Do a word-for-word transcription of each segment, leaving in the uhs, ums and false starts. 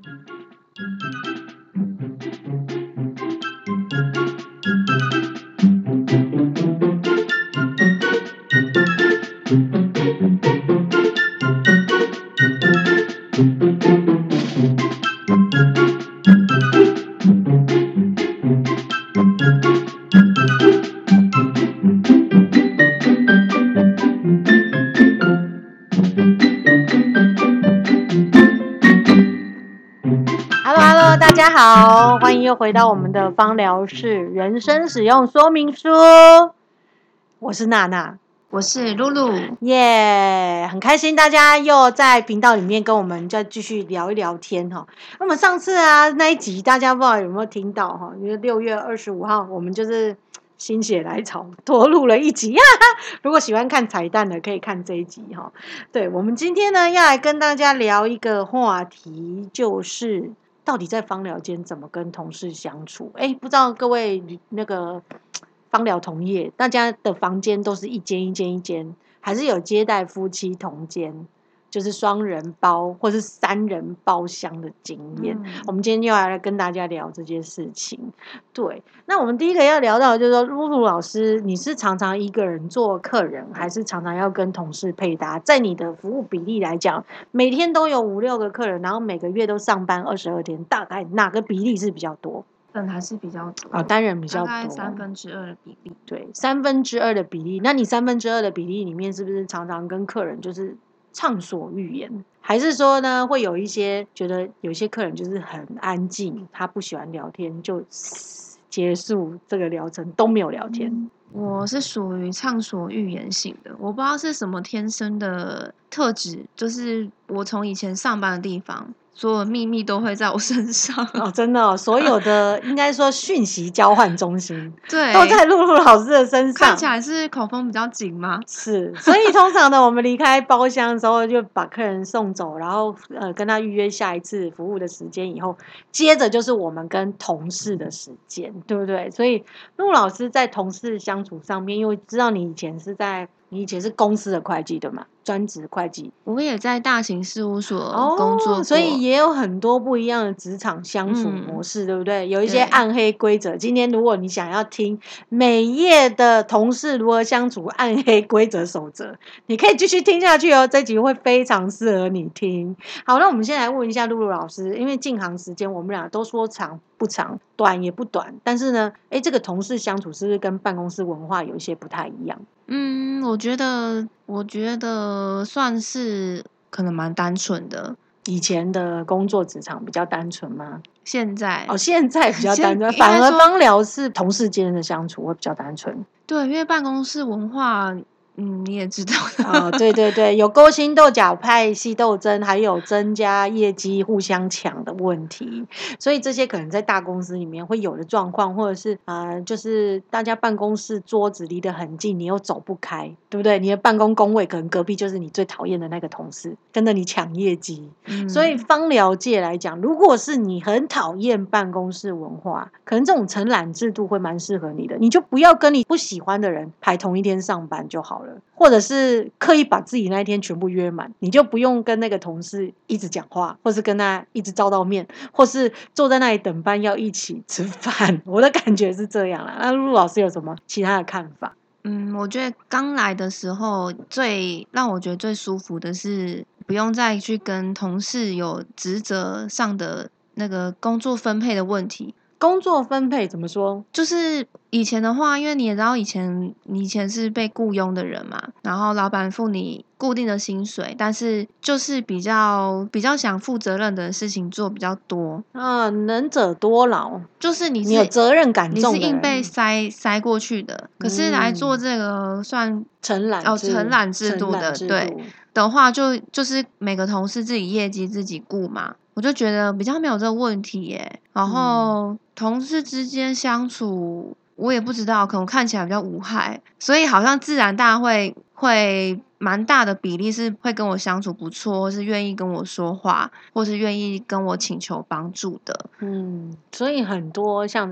大家好，欢迎又回到我们的芳疗室人生使用说明书。我是娜娜， 我是露露， 耶、yeah, 很开心大家又在频道里面跟我们再继续聊一聊天哈。那么上次啊那一集大家不知道有没有听到哈？因为六月二十五号我们就是心血来潮多录了一集，哈哈，如果喜欢看彩蛋的可以看这一集哈。对，我们今天呢要来跟大家聊一个话题，就是到底在芳疗间怎么跟同事相处？哎，不知道各位那个芳疗同业，大家的房间都是一间一间一间，还是有接待夫妻同间，就是双人包或是三人包厢的经验？嗯、我们今天又来跟大家聊这件事情。对，那我们第一个要聊到的就是说，露露老师，你是常常一个人做客人，还是常常要跟同事配搭？在你的服务比例来讲，每天都有五六个客人，然后每个月都上班二十二天，大概哪个比例是比较多？ 人还是比较多啊、哦，单人比较多， 大概三分之二的比例。 对，三分之二的比例。那你三分之二的比例里面，是不是常常跟客人就是畅所欲言？还是说呢，会有一些觉得有些客人就是很安静，他不喜欢聊天，就结束这个疗程都没有聊天？ 嗯，我是属于畅所欲言型的，我不知道是什么天生的特质，就是我从以前上班的地方，所有秘密都会在我身上。 哦，真的、哦，所有的应该说讯息交换中心， 对， 都在露露老师的身上。 看起来是口风比较紧吗？ 是，所以通常呢，我们离开包厢的时候，就把客人送走，然后呃跟他预约下一次服务的时间以后，接着就是我们跟同事的时间，对不对？所以露老师在同事相处上面，因为知道你以前是在你以前是公司的会计对吗？专职会计， 我也在大型事务所工作过、 哦，所以也有很多不一样的职场相处模式，嗯、对不对？有一些暗黑规则。今天如果你想要听美业的同事如何相处暗黑规则守则，你可以继续听下去哦。这集会非常适合你听。好，那我们先来问一下露露老师，因为进行时间我们俩都说长不长，短也不短，但是呢，哎，这个同事相处是不是跟办公室文化有一些不太一样？ 嗯，我觉得，我觉得算是可能蛮单纯的。 以前的工作职场比较单纯吗？ 现在哦，现在比较单纯，反而芳疗是同事间的相处会比较单纯。 对，因为办公室文化。嗯，你也知道啊、哦，对对对，有勾心斗角、派系斗争，还有增加业绩、互相抢的问题，所以这些可能在大公司里面会有的状况，或者是呃，就是大家办公室桌子离得很近，你又走不开，对不对？你的办公工位可能隔壁就是你最讨厌的那个同事，跟着你抢业绩。嗯、所以芳疗界来讲，如果是你很讨厌办公室文化，可能这种承揽制度会蛮适合你的，你就不要跟你不喜欢的人排同一天上班就好了。或者是刻意把自己那一天全部约满，你就不用跟那个同事一直讲话，或是跟他一直照到面，或是坐在那里等班要一起吃饭。我的感觉是这样啦。那露露老师有什么其他的看法？ 嗯，我觉得刚来的时候最让我觉得最舒服的是不用再去跟同事有职责上的那个工作分配的问题。 工作分配怎么说？ 就是以前的话，因为你也知道以前你以前是被雇佣的人嘛，然后老板付你固定的薪水，但是就是比较比较想负责任的事情做比较多啊，能者多劳， 就是你是你有责任感重的人， 你是硬被塞塞过去的。可是来做这个算承揽哦承揽制度的，对的话就就是每个同事自己业绩自己顾嘛。我就觉得比较没有这个问题耶，然后同事之间相处，我也不知道，可能看起来比较无害，所以好像自然大会会蛮大的比例是会跟我相处不错，或是愿意跟我说话，或是愿意跟我请求帮助的。 嗯，所以很多像这种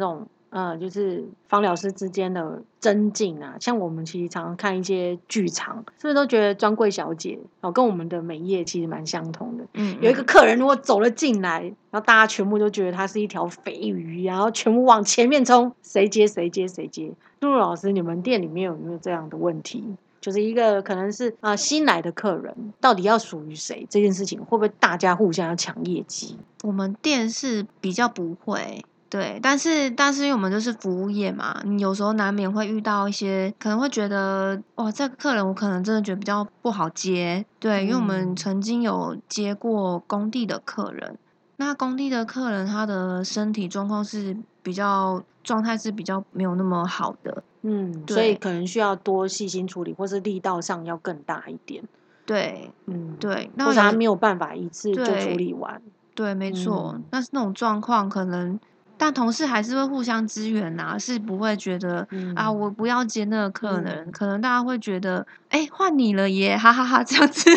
呃，就是芳疗师之间的增进啊。像我们其实常常看一些剧场，是不是都觉得专柜小姐哦，跟我们的美业其实蛮相同的。嗯，有一个客人如果走了进来，然后大家全部都觉得他是一条肥鱼，然后全部往前面冲，谁接谁接谁接。露露老师，你们店里面有没有这样的问题？就是一个可能是啊、呃、新来的客人，到底要属于谁这件事情，会不会大家互相要抢业绩？ 我们店是比较不会。对，但是但是因为我们就是服务业嘛，你有时候难免会遇到一些可能会觉得哇，这个客人我可能真的觉得比较不好接。对，嗯、因为我们曾经有接过工地的客人，那工地的客人他的身体状况是比较状态是比较没有那么好的， 嗯，所以可能需要多细心处理，或是力道上要更大一点。 对，嗯，对， 或者他没有办法一次就处理完。 对，对没错，嗯、那是那种状况可能。但同事还是会互相支援呐、啊，是不会觉得、嗯、啊，我不要接那个客人，嗯、可能大家会觉得，哎、欸，换你了耶，哈哈哈哈，这样子。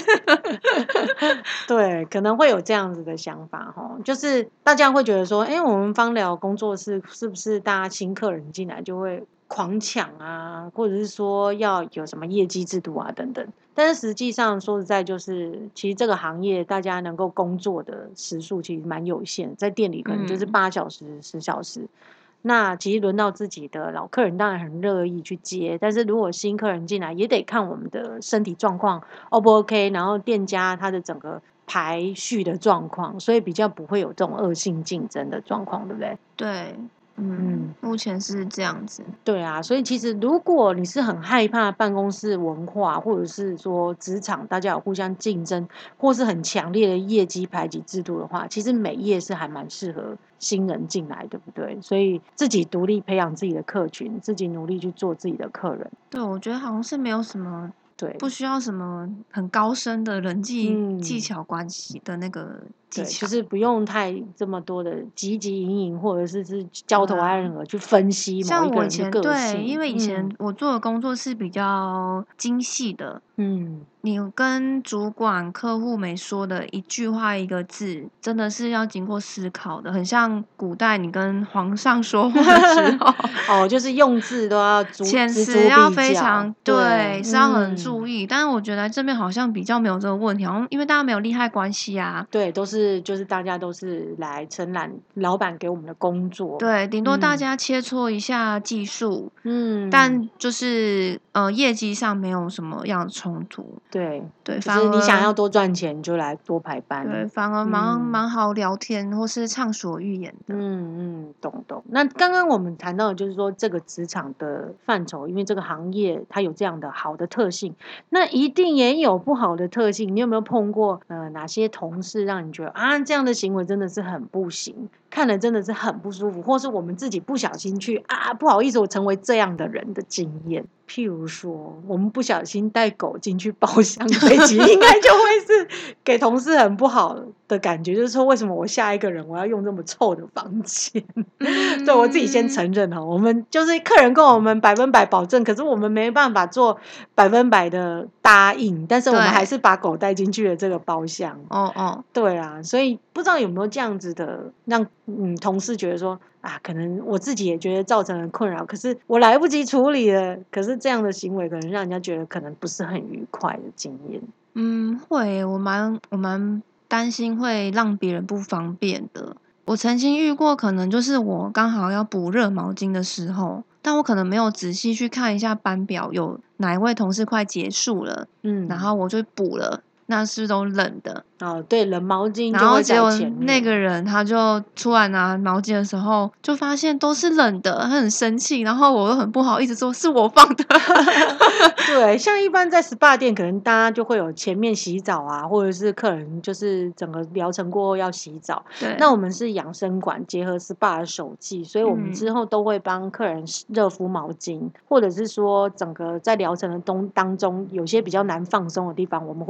对，可能会有这样子的想法哈，就是大家会觉得说，哎、欸，我们芳疗工作室是不是大家新客人进来就会狂抢啊，或者是说要有什么业绩制度啊等等。但是实际上说实在，就是其实这个行业大家能够工作的时数其实蛮有限，在店里可能就是八小时、十、嗯、小时。那其实轮到自己的老客人，当然很乐意去接，但是如果新客人进来，也得看我们的身体状况 O 不 OK， 然后店家他的整个排序的状况，所以比较不会有这种恶性竞争的状况，对不对？ 对。嗯，目前是这样子。 对啊，所以其实如果你是很害怕办公室文化，或者是说职场大家有互相竞争，或是很强烈的业绩排挤制度的话，其实美业是还蛮适合新人进来，对不对？所以自己独立培养自己的客群，自己努力去做自己的客人。 对，我觉得好像是没有什么。对，不需要什么很高深的人际技巧关系的那个技巧， 对，就是不用太这么多的汲汲营营，或者是是焦头烂额去分析某一个人的个性。 对，因为以前我做的工作是比较精细的，嗯，你跟主管、客户没说的一句话一个字，真的是要经过思考的，很像古代你跟皇上说话的时候， 哦，就是用字都要遣词要非常对，对是要很注意。嗯、但是我觉得这边好像比较没有这个问题，好像因为大家没有利害关系啊， 对，都是就是大家都是来承揽老板给我们的工作， 对，顶多大家切磋一下技术，嗯，但就是呃业绩上没有什么样的冲突， 对对，反正你想要多赚钱就来多排班， 对，反而蛮、嗯、蛮好聊天或是畅所欲言的， 嗯嗯，懂懂。那刚刚我们谈到的就是说这个职场的范畴，因为这个行业它有这样的好的特性，那一定也有不好的特性。你有没有碰过呃哪些同事让你觉得啊这样的行为真的是很不行，看了真的是很不舒服，或是我们自己不小心去啊不好意思我成为这样的人的经验？譬如说，我们不小心带狗进去包厢，这集应该就会是给同事很不好的感觉，就是说为什么我下一个人我要用这么臭的房间？嗯、对我自己先承认哈，我们就是客人跟我们百分百保证，可是我们没办法做百分百的答应，但是我们还是把狗带进去了这个包厢。哦哦，对啊，所以不知道有没有这样子的让嗯同事觉得说。啊，可能我自己也觉得造成了困扰，可是我来不及处理了。可是这样的行为可能让人家觉得可能不是很愉快的经验。 嗯，会，我蛮我蛮担心会让别人不方便的。我曾经遇过，可能就是我刚好要补热毛巾的时候，但我可能没有仔细去看一下班表，有哪一位同事快结束了，嗯，然后我就补了。那是都冷的哦，对，冷毛巾然后结果那个人他就出来拿毛巾的时候，就发现都是冷的，他很生气，然后我又很不好意思说是我放的。 对，像一般在 S P A 店，可能大家就会有前面洗澡啊，或者是客人就是整个疗程过后要洗澡。对，那我们是养生馆结合 S P A 的手技，所以我们之后都会帮客人热敷毛巾，嗯、或者是说整个在疗程的东当中有些比较难放松的地方，我们会赶快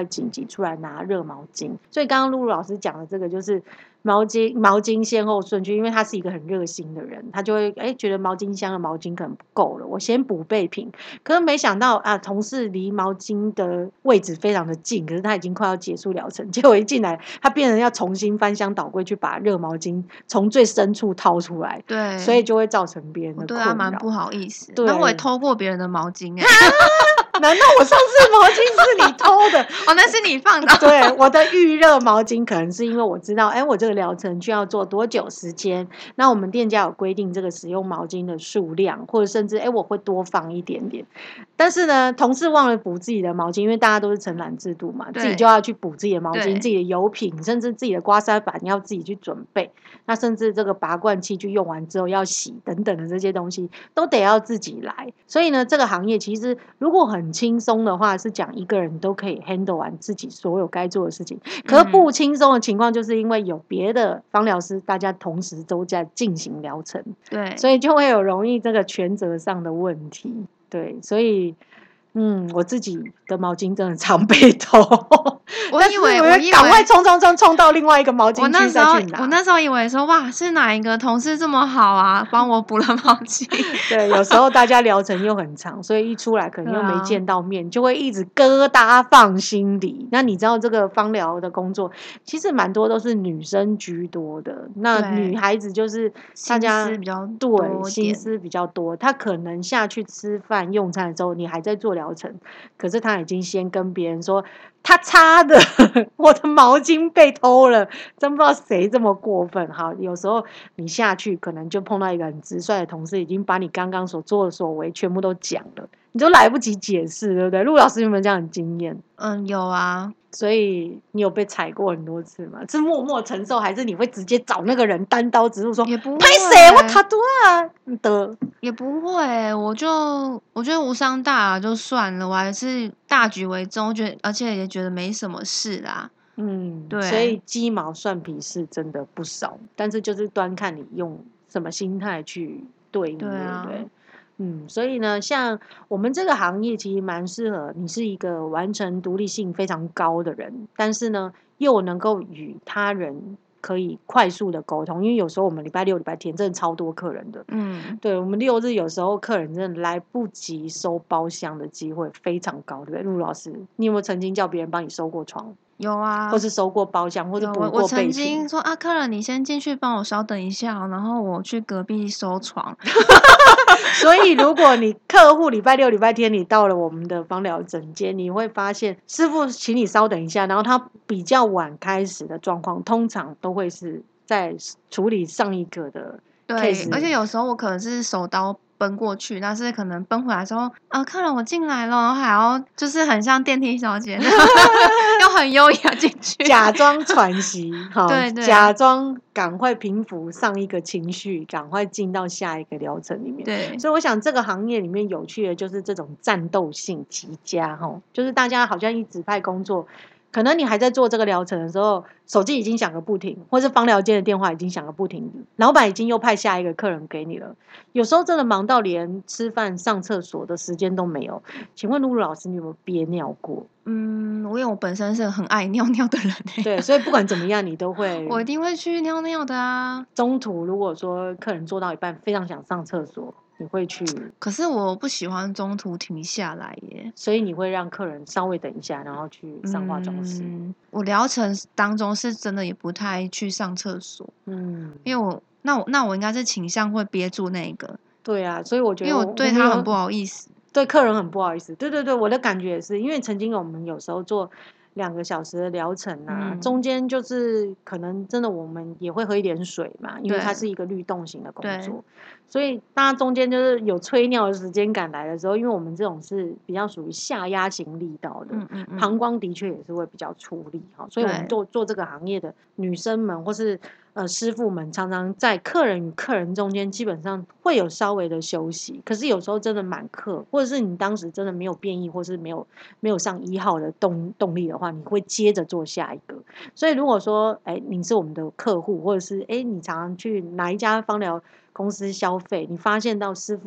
快紧急出来拿热毛巾。所以刚刚露露老师讲的这个就是毛巾毛巾先后顺序，因为他是一个很热心的人，他就会哎觉得毛巾箱的毛巾可能不够了，我先补备品。可是没想到啊，同事离毛巾的位置非常的近，可是他已经快要结束疗程，结果一进来，他变成要重新翻箱倒柜去把热毛巾从最深处掏出来， 对， 所以就会造成别人的困扰。 对啊，蛮不好意思。 对， 那我也偷过别人的毛巾哎、 欸。难道我上次毛巾是你偷的？ 哦，那是你放的。 对，我的预热毛巾可能是因为我知道，哎，我这个疗程需要做多久时间，那我们店家有规定这个使用毛巾的数量，或者甚至哎我会多放一点点。但是呢，同事忘了补自己的毛巾，因为大家都是承揽制度嘛，自己就要去补自己的毛巾、自己的油品，甚至自己的刮痧板要自己去准备。那甚至这个拔罐器具用完之后要洗等等的这些东西，都得要自己来。所以呢，这个行业其实如果很轻松的话，是讲一个人都可以 handle 完自己所有该做的事情。可是不轻松的情况，就是因为有别的芳疗师，大家同时都在进行疗程， 对， 所以就会有容易这个权责上的问题。对，所以。嗯，我自己的毛巾真的常被偷， 我以为我以为赶快冲冲冲冲到另外一个毛巾区再去拿。 我那时候以为说哇，是哪一个同事这么好啊，帮我补了毛巾。 对，有时候大家疗程又很长，所以一出来可能又没见到面，啊、就会一直疙瘩放心里。那你知道这个芳疗的工作，其实蛮多都是女生居多的。那女孩子就是大家心思比较多， 对，心思比较多。她可能下去吃饭用餐的时候，你还在做疗。疗程，可是他已经先跟别人说他擦的，我的毛巾被偷了，真不知道谁这么过分。好，有时候你下去可能就碰到一个很直率的同事，已经把你刚刚所做的所为全部都讲了，你都来不及解释，对不对？陆老师有没有这样的经验？ 嗯，有啊。 所以你有被踩过很多次吗？是默默承受，还是你会直接找那个人单刀直入说？ 也不会， 拍谁？我他多啊的。 也不会，我就我觉得无伤大雅就算了，我还是大局为重，我觉得而且也觉得没什么事啦。 嗯， 对， 所以鸡毛蒜皮是真的不少，但是就是端看你用什么心态去对应，对啊，对不对？嗯，所以呢，像我们这个行业其实蛮适合你是一个完成独立性非常高的人，但是呢，又能够与他人可以快速的沟通，因为有时候我们礼拜六、礼拜天真的超多客人的，嗯，对，我们六日有时候客人真的来不及收包厢的机会非常高，对不对？陆老师，你有没有曾经叫别人帮你收过床？ 有啊， 或是收过包厢，或是补过备品。 我曾经说啊，客人你先进去帮我稍等一下，然后我去隔壁收床。 所以如果你客户礼拜六、礼拜天你到了我们的芳疗诊间，你会发现师傅请你稍等一下，然后他比较晚开始的状况，通常都会是在处理上一个的 case。 对，而且有时候我可能是手刀奔过去，但是可能奔回来之后，啊，客人我进来了，然后还要就是很像电梯小姐，要很优雅进去， 假装喘息，好， 对对， 假装赶快平复上一个情绪，赶快进到下一个疗程里面。 对， 所以我想这个行业里面有趣的就是这种战斗性极佳，哈，就是大家好像一指派工作。可能你还在做这个疗程的时候，手机已经响个不停，或是芳疗间的电话已经响个不停，老板已经又派下一个客人给你了。有时候真的忙到连吃饭、上厕所的时间都没有。请问露露老师，你有没有憋尿过？ 嗯，我因为我本身是很爱尿尿的人、欸， 对，所以不管怎么样，你都会， 我一定会去尿尿的啊。 中途如果说客人做到一半非常想上厕所，你会去？ 可是我不喜欢中途停下来耶， 所以你会让客人稍微等一下，然后去上化妆室。 嗯，我疗程当中是真的也不太去上厕所，嗯，因为我那我那我应该是倾向会憋住那个。 对啊，所以我觉得因为我对他很不好意思， 对客人很不好意思。对对对，我的感觉也是，因为曾经我们有时候做两个小时的疗程啊，嗯、中间就是可能真的我们也会喝一点水嘛，因为它是一个律动型的工作，所以大家中间就是有催尿的时间感来的时候，因为我们这种是比较属于下压型力道的，嗯嗯嗯膀胱的确也是会比较出力哈，所以我们做做这个行业的女生们或是呃师傅们，常常在客人与客人中间基本上会有稍微的休息，可是有时候真的满客，或者是你当时真的没有变异，或是没有没有上一号的动动力的话，你会接着做下一个。所以如果说哎你是我们的客户，或者是哎你常常去哪一家芳疗公司消费，你发现到师傅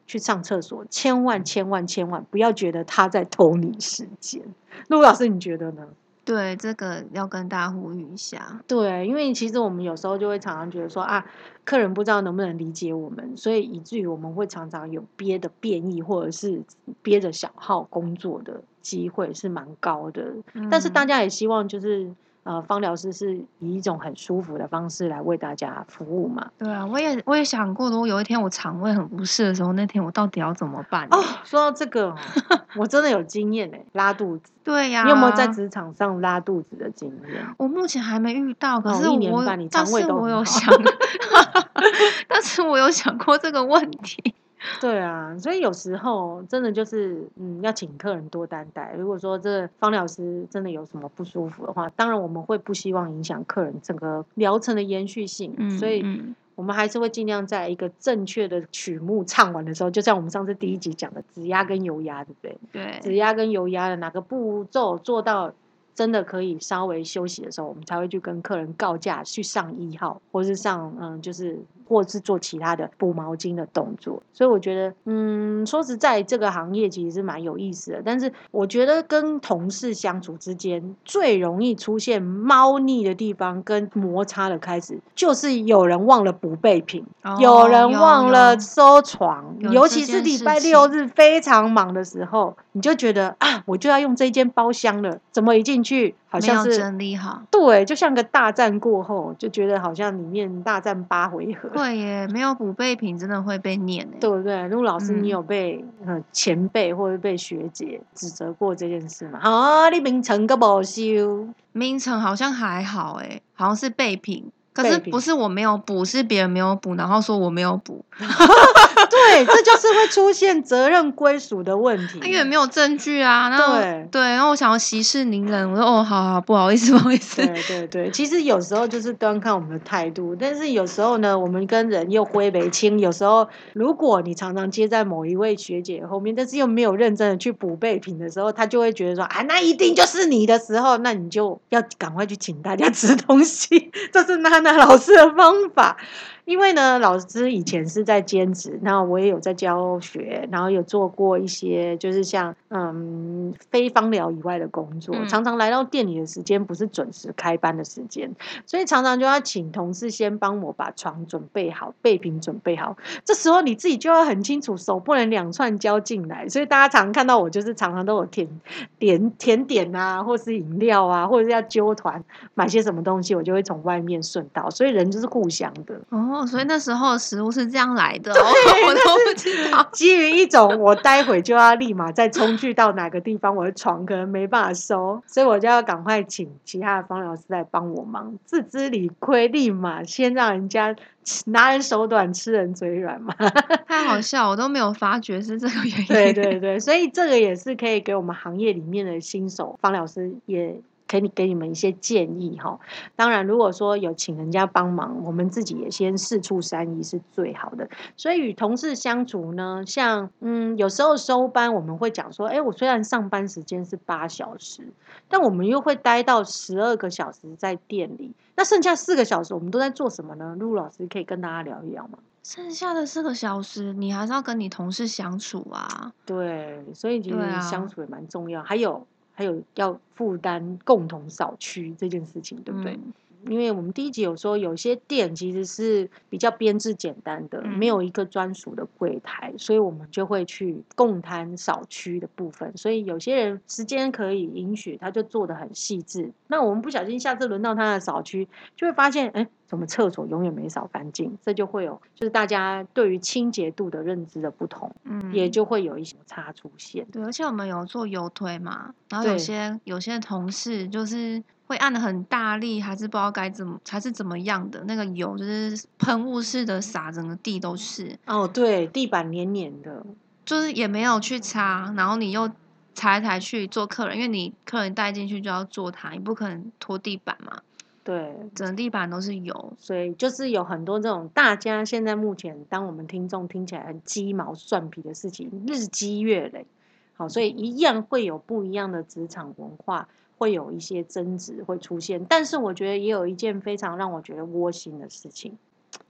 去上厕所，千万千万千万不要觉得他在偷你时间。陆老师，你觉得呢？ 对，这个要跟大家呼吁一下。 对，因为其实我们有时候就会常常觉得说啊，客人不知道能不能理解我们，所以以至于我们会常常有憋的变异，或者是憋着小号工作的机会是蛮高的。嗯、但是大家也希望就是呃，芳疗师是以一种很舒服的方式来为大家服务嘛。 对啊，我也我也想过，如果有一天我肠胃很不适的时候，那天我到底要怎么办？ 哦，说到这个、哦，我真的有经验哎，拉肚子。 对呀、啊， 你有没有在职场上拉肚子的经验？ 我目前还没遇到，可是我、哦、 我， 一年半你肠胃都我有很好。 想，但是我有想过这个问题。 对啊，所以有时候真的就是嗯，要请客人多担待。如果说这芳疗师真的有什么不舒服的话，当然我们会不希望影响客人整个疗程的延续性， 嗯、 所以我们还是会尽量在一个正确的曲目唱完的时候，就像我们上次第一集讲的指压跟油压，对不对？ 对， 指压跟油压的哪个步骤做到真的可以稍微休息的时候，我们才会去跟客人告假，去上一号，或是上嗯，就是或是做其他的补毛巾的动作。所以我觉得，嗯，说实在，这个行业其实是蛮有意思的。但是我觉得跟同事相处之间最容易出现猫腻的地方跟摩擦的开始，就是有人忘了补备品， 哦、 有人忘了收床，尤其是礼拜六日非常忙的时候，你就觉得啊，我就要用这间包厢了，怎么一进去好像是没有整理好， 对，就像个大战过后，就觉得好像里面大战八回合。 会耶，没有补备品真的会被念耶， 对不对？陆老师，你有被、嗯呃、前辈或者被学姐指责过这件事吗？啊，你名称个不修， 名称好像还好哎，好像是备品。可是不是我没有补，是别人没有补，然后说我没有补。 对，这就是会出现责任归属的问题。 因为没有证据啊。然后对对，然后我想要息事宁人，我说哦，好好，不好意思，不好意思。 对对对，其实有时候就是端看我们的态度，但是有时候呢，我们跟人又挥没清。有时候，如果你常常接在某一位学姐后面，但是又没有认真的去补备品的时候，他就会觉得说啊，那一定就是你的时候，那你就要赶快去请大家吃东西。这是娜娜老师的方法。因为呢，老师以前是在兼职，那我也有在教学，然后有做过一些就是像嗯非芳疗以外的工作，嗯、常常来到店里的时间不是准时开班的时间，所以常常就要请同事先帮我把床准备好，备品准备好。这时候你自己就要很清楚，手不能两串交进来。所以大家常常看到我就是常常都有甜点甜点啊，或是饮料啊，或者是要揪团买些什么东西，我就会从外面顺道。所以人就是互相的。 哦，所以那时候的食物是这样来的、哦，我都不知道。 基于一种我待会就要立马再冲去到哪个地方，我的床可能没办法收，所以我就要赶快请其他的芳疗师来帮我忙，自知理亏，立马先让人家拿人手短，吃人嘴软嘛。 太好笑，我都没有发觉是这个原因。 对对对，所以这个也是可以给我们行业里面的新手芳疗师也。可以给你们一些建议哈，当然如果说有请人家帮忙，我们自己也先四处善意是最好的。所以与同事相处呢，像嗯有时候收班我们会讲说，哎，我虽然上班时间是八小时，但我们又会待到十二个小时在店里，那剩下四个小时我们都在做什么呢？陆老师可以跟大家聊一聊吗？ 剩下的四个小时，你还是要跟你同事相处啊。 对，所以其实相处也蛮重要，还有。还有要负担共同扫区这件事情，对不对？嗯、因为我们第一集有说，有些店其实是比较编制简单的，嗯、没有一个专属的柜台，所以我们就会去共摊扫区的部分。所以有些人时间可以允许，他就做得很细致。那我们不小心下次轮到他的扫区，就会发现，哎，怎么厕所永远没扫干净？这就会有就是大家对于清洁度的认知的不同，嗯、也就会有一些差出现。 对，而且我们有做油推嘛，然后有些有些同事就是会按得很大力，还是不知道该怎么，还是怎么样的，那个油就是喷雾式的洒，整个地都是。 哦，对，地板黏黏的， 就是也没有去擦，然后你又踩来踩去做客人，因为你客人带进去就要做它，你不可能拖地板嘛。 对， 整地板都是油， 所以就是有很多这种大家现在目前当我们听众听起来很鸡毛蒜皮的事情，日积月累，好，所以一样会有不一样的职场文化，会有一些争执会出现。但是我觉得也有一件非常让我觉得窝心的事情，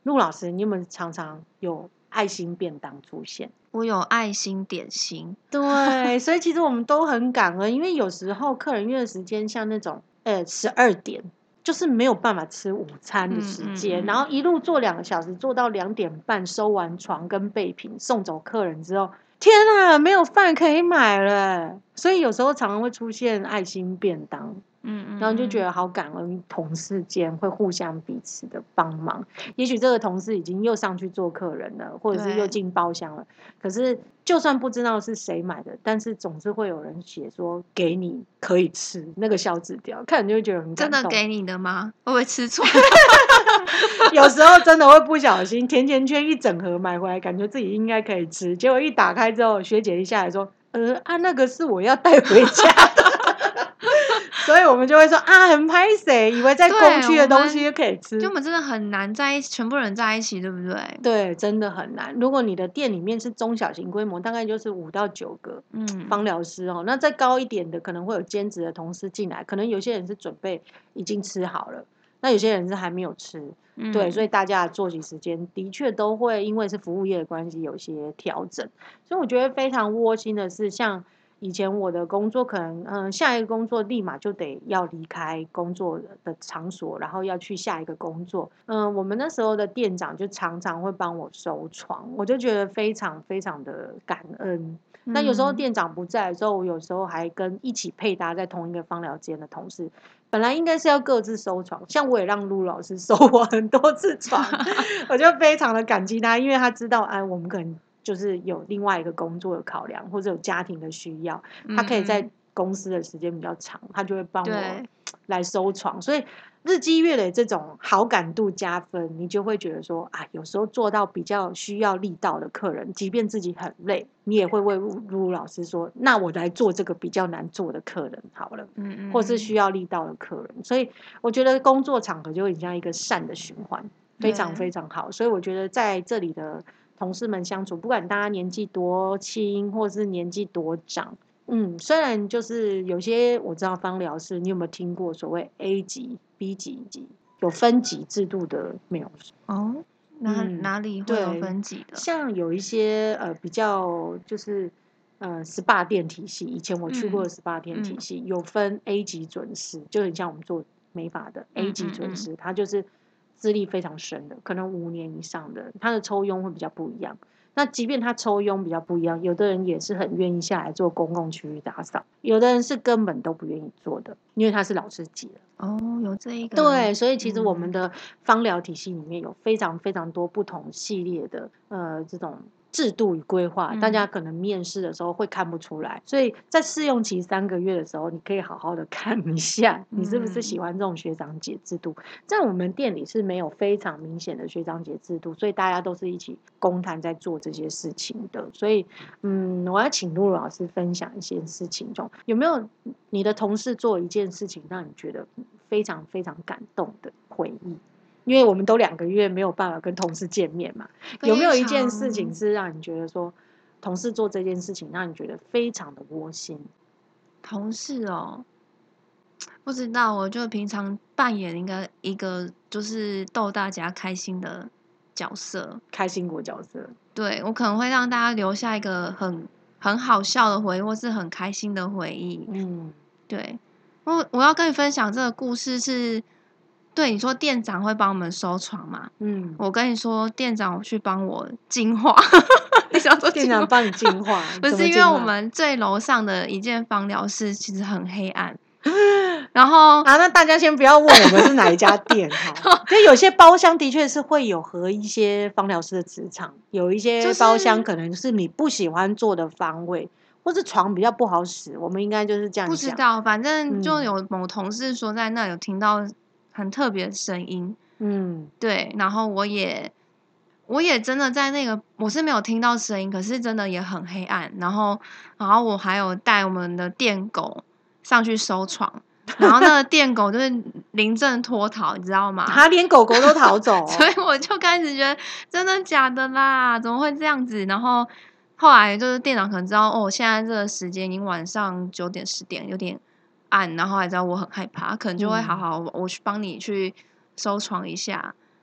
陆老师，你有没有常常有爱心便当出现？ 我有爱心点心， 对，所以其实我们都很感恩，因为有时候客人约的时间像那种呃十二点，就是没有办法吃午餐的时间， 嗯嗯嗯然后一路做两个小时，做到两点半，收完床跟备品，送走客人之后，天啊，没有饭可以买了，所以有时候常常会出现爱心便当。 嗯嗯， 然后就觉得得好感恩，同事间会互相彼此的帮忙。也许这个同事已经又上去做客人了，或者是又进包厢了。可是就算不知道是谁买的，但是总是会有人写说给你可以吃那个小纸条，看你就会觉得很感动。 真的给你的吗？会不会吃错？ 有时候真的会不小心，甜甜圈一整盒买回来，感觉自己应该可以吃，结果一打开之后，学姐一下来说：“呃啊，那个是我要带回家的。”所以我们就会说啊，很拍谁，以为在公区的东西就可以吃， 就我们真的很难在一起，全部人在一起，对不对？ 对，真的很难。如果你的店里面是中小型规模，大概就是五到九个芳疗师哦，那再高一点的可能会有兼职的同事进来，可能有些人是准备已经吃好了，那有些人是还没有吃，嗯、对，所以大家的作息时间的确都会因为是服务业的关系有些调整，所以我觉得非常窝心的是像。以前我的工作可能，嗯，下一个工作立马就得要离开工作的场所，然后要去下一个工作。嗯，我们那时候的店长就常常会帮我收床，我就觉得非常非常的感恩。那有时候店长不在的时候，我有时候还跟一起配搭在同一个芳疗间的同事，本来应该是要各自收床，像我也让陆老师收我很多次床，我就非常的感激他，因为他知道，哎，我们可能。就是有另外一个工作的考量，或者有家庭的需要，他可以在公司的时间比较长，他就会帮我来收床，所以日积月累这种好感度加分，你就会觉得说啊，有时候做到比较需要力道的客人，即便自己很累，你也会为露露老师说，那我来做这个比较难做的客人好了，嗯或是需要力道的客人，所以我觉得工作场合就很像一个善的循环，非常非常好，所以我觉得在这里的。同事们相处，不管大家年纪多轻，或是年纪多长，嗯，虽然就是有些我知道芳疗师，你有没有听过所谓 A 级、B 级级有分级制度的描述？ 哦，哪、嗯、哪里会有分级的？ 像有一些呃比较就是呃 S P A 店体系，以前我去过的 S P A 店体系、嗯、有分 A 级准师，就很像我们做美发的 A 级准师，它就是。资历非常深的，可能五年以上的，他的抽佣会比较不一样。那即便他抽佣比较不一样，有的人也是很愿意下来做公共区域打扫，有的人是根本都不愿意做的，因为他是老师级了。 哦，有这一个。 对，所以其实我们的芳疗体系里面有非常非常多不同系列的呃这种。制度与规划，大家可能面试的时候会看不出来，所以在试用期三个月的时候，你可以好好的看一下，你是不是喜欢这种学长姐制度。在我们店里是没有非常明显的学长姐制度，所以大家都是一起公摊在做这些事情的。所以，嗯，我要请露露老师分享一些事情中，有没有你的同事做一件事情让你觉得非常非常感动的回忆？因为我们都两个月没有办法跟同事见面嘛，有没有一件事情是让你觉得说，同事做这件事情让你觉得非常的窝心？ 同事哦，不知道，我就平常扮演一个一个就是逗大家开心的角色， 开心果角色。 对，我可能会让大家留下一个很很好笑的回忆，或是很开心的回忆。嗯，对，我我要跟你分享这个故事是。对，你说店长会帮我们收床嘛？嗯，我跟你说，店长去帮我净化。你想说店长帮你净化？ 不是因为我们最楼上的一间芳疗室其实很黑暗。然后啊，那大家先不要问我们是哪一家店哈。就有些包厢的确是会有和一些芳疗师的磁场，有一些包厢可能是你不喜欢坐的方位。或是床比较不好使，我们应该就是这样讲。 不知道，反正就有某同事说在那有听到。很特别的声音，嗯，对，然后我也，我也真的在那个，我是没有听到声音，可是真的也很黑暗，然后，然后我还有带我们的电狗上去收床，然后那个电狗就是临阵脱逃，你知道吗？ 他连狗狗都逃走， 所以我就开始觉得真的假的啦，怎么会这样子？然后后来就是店长可能知道，哦，现在这个时间已经晚上九点十点，有点。暗，然后还知道我很害怕，可能就会好好，我去帮你去收床一下，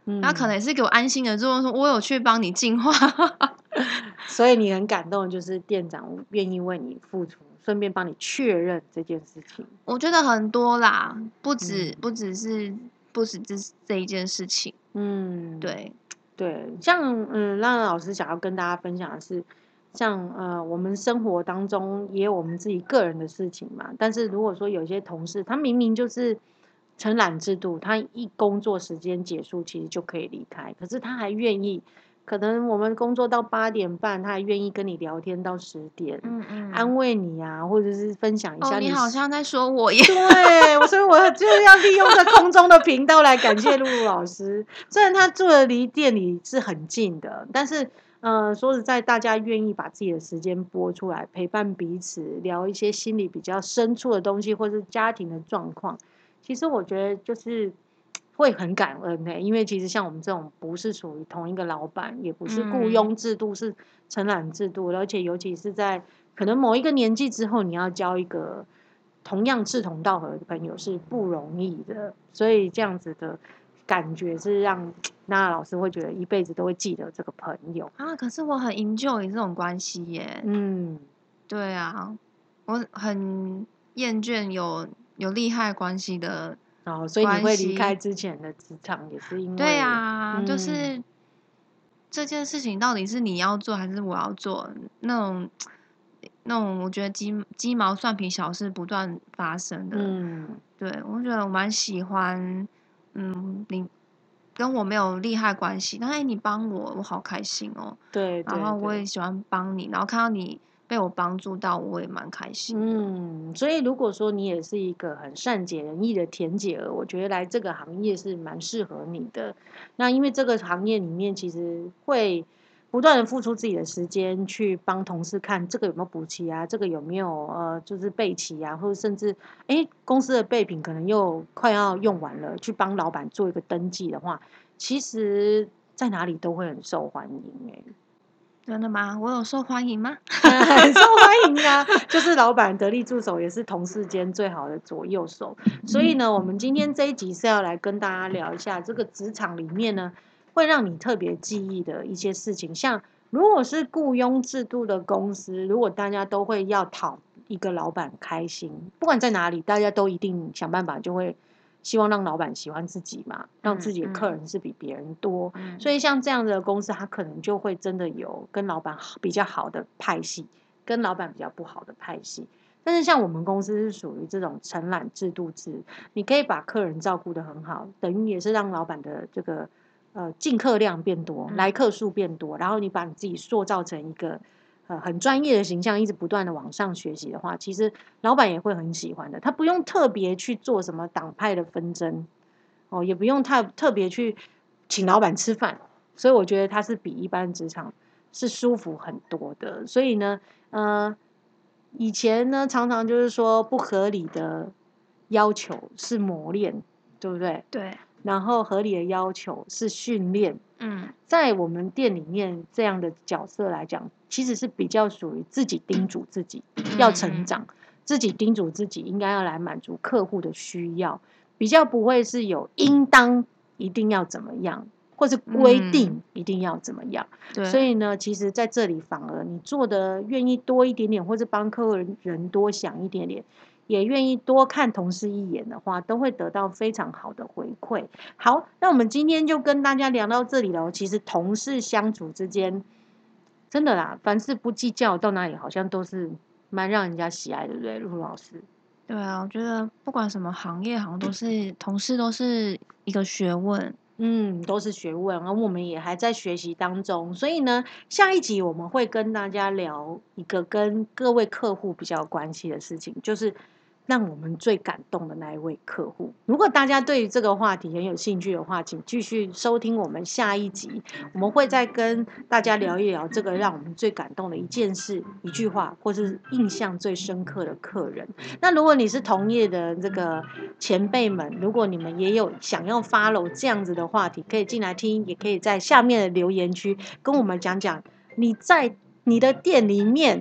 嗯，他可能也是给我安心的作用，说我有去帮你净化。 所以你很感动，就是店长愿意为你付出，顺便帮你确认这件事情。 我觉得很多啦，不止、嗯、不只是不止这这一件事情。嗯，对对，像嗯，让老师想要跟大家分享的是，像呃，我们生活当中也有我们自己个人的事情嘛。但是如果说有些同事，他明明就是承揽制度，他一工作时间结束，其实就可以离开，可是他还愿意。可能我们工作到八点半，他还愿意跟你聊天到十点，嗯嗯，安慰你啊，或者是分享一下你。 哦，你好像在说我耶。 对，所以我就是要利用这空中的频道来感谢露露老师。虽然他住的离店里是很近的，但是呃，说实在，大家愿意把自己的时间拨出来陪伴彼此，聊一些心里比较深处的东西，或是家庭的状况，其实我觉得就是。会很感恩欸，因为其实像我们这种不是属于同一个老板，也不是雇佣制度，是承揽制度，而且尤其是在可能某一个年纪之后，你要交一个同样志同道合的朋友是不容易的，所以这样子的感觉是让娜娜老师会觉得一辈子都会记得这个朋友啊。可是我很 enjoy 这种关系耶。嗯，对啊，我很厌倦有有利害关系的。 哦，所以你会离开之前的职场，也是因为对啊，嗯、就是这件事情到底是你要做还是我要做？那种那种，我觉得鸡鸡毛蒜皮小事不断发生的。嗯，对，我觉得我蛮喜欢。嗯，你跟我没有利害关系，但是你帮我，我好开心哦。 对， 然后我也喜欢帮你，然后看到你。被我帮助到，我也蛮开心的。 嗯，所以如果说你也是一个很善解人意的甜姐儿，我觉得来这个行业是蛮适合你的。那因为这个行业里面其实会不断的付出自己的时间去帮同事看这个有没有补齐啊，这个有没有呃就是备齐啊，或者甚至哎公司的备品可能又快要用完了，去帮老板做一个登记的话，其实在哪里都会很受欢迎哎。 真的吗？我有受欢迎吗？ 很受欢迎啊！就是老板得力助手，也是同事间最好的左右手。所以呢，我们今天这一集是要来跟大家聊一下这个职场里面呢，会让你特别记忆的一些事情。像如果是雇佣制度的公司，如果大家都会要讨一个老板开心，不管在哪里，大家都一定想办法就会。希望让老板喜欢自己嘛，让自己的客人是比别人多，嗯嗯、所以像这样的公司，他可能就会真的有跟老板比较好的派系，跟老板比较不好的派系。但是像我们公司是属于这种承揽制度制，你可以把客人照顾得很好，等于也是让老板的这个呃进客量变多，来客数变多，然后你把你自己塑造成一个。呃，很专业的形象，一直不断的往上学习的话，其实老板也会很喜欢的。他不用特别去做什么党派的纷争，哦，也不用太特别去请老板吃饭，所以我觉得他是比一般职场是舒服很多的。所以呢，呃，以前呢常常就是说不合理的要求是磨练，对不对？ 对。 然后合理的要求是训练。嗯，在我们店里面这样的角色来讲，其实是比较属于自己叮嘱自己要成长，嗯、自己叮嘱自己应该要来满足客户的需要，比较不会是有应当一定要怎么样，或是规定一定要怎么样。嗯、所以呢，其实在这里反而你做的愿意多一点点，或是帮客户人多想一点点。也愿意多看同事一眼的话，都会得到非常好的回馈。好，那我们今天就跟大家聊到这里了。其实同事相处之间，真的啦，凡事不计较，到哪里好像都是蛮让人家喜爱，对不对，陆老师？ 对啊，我觉得不管什么行业，好像都是同事都是一个学问。 嗯，都是学问，而我们也还在学习当中。所以呢，下一集我们会跟大家聊一个跟各位客户比较有关系的事情，就是让我们最感动的那一位客户。如果大家对于这个话题很有兴趣的话，请继续收听我们下一集，我们会再跟大家聊一聊这个让我们最感动的一件事、一句话，或是印象最深刻的客人。那如果你是同业的这个前辈们，如果你们也有想要 follow 这样子的话题，可以进来听，也可以在下面的留言区跟我们讲讲你在你的店里面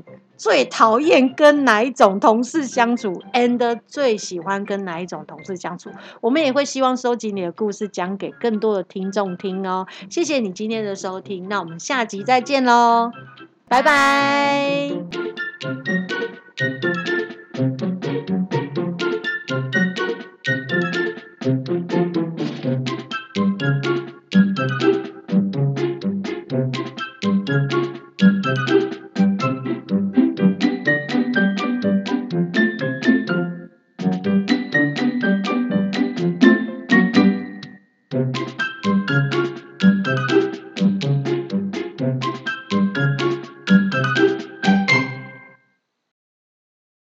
最讨厌跟哪一种同事相处 and 最喜欢跟哪一种同事相处。我们也会希望收集你的故事，讲给更多的听众听哦。谢谢你今天的收听，那我们下集再见喽，拜拜。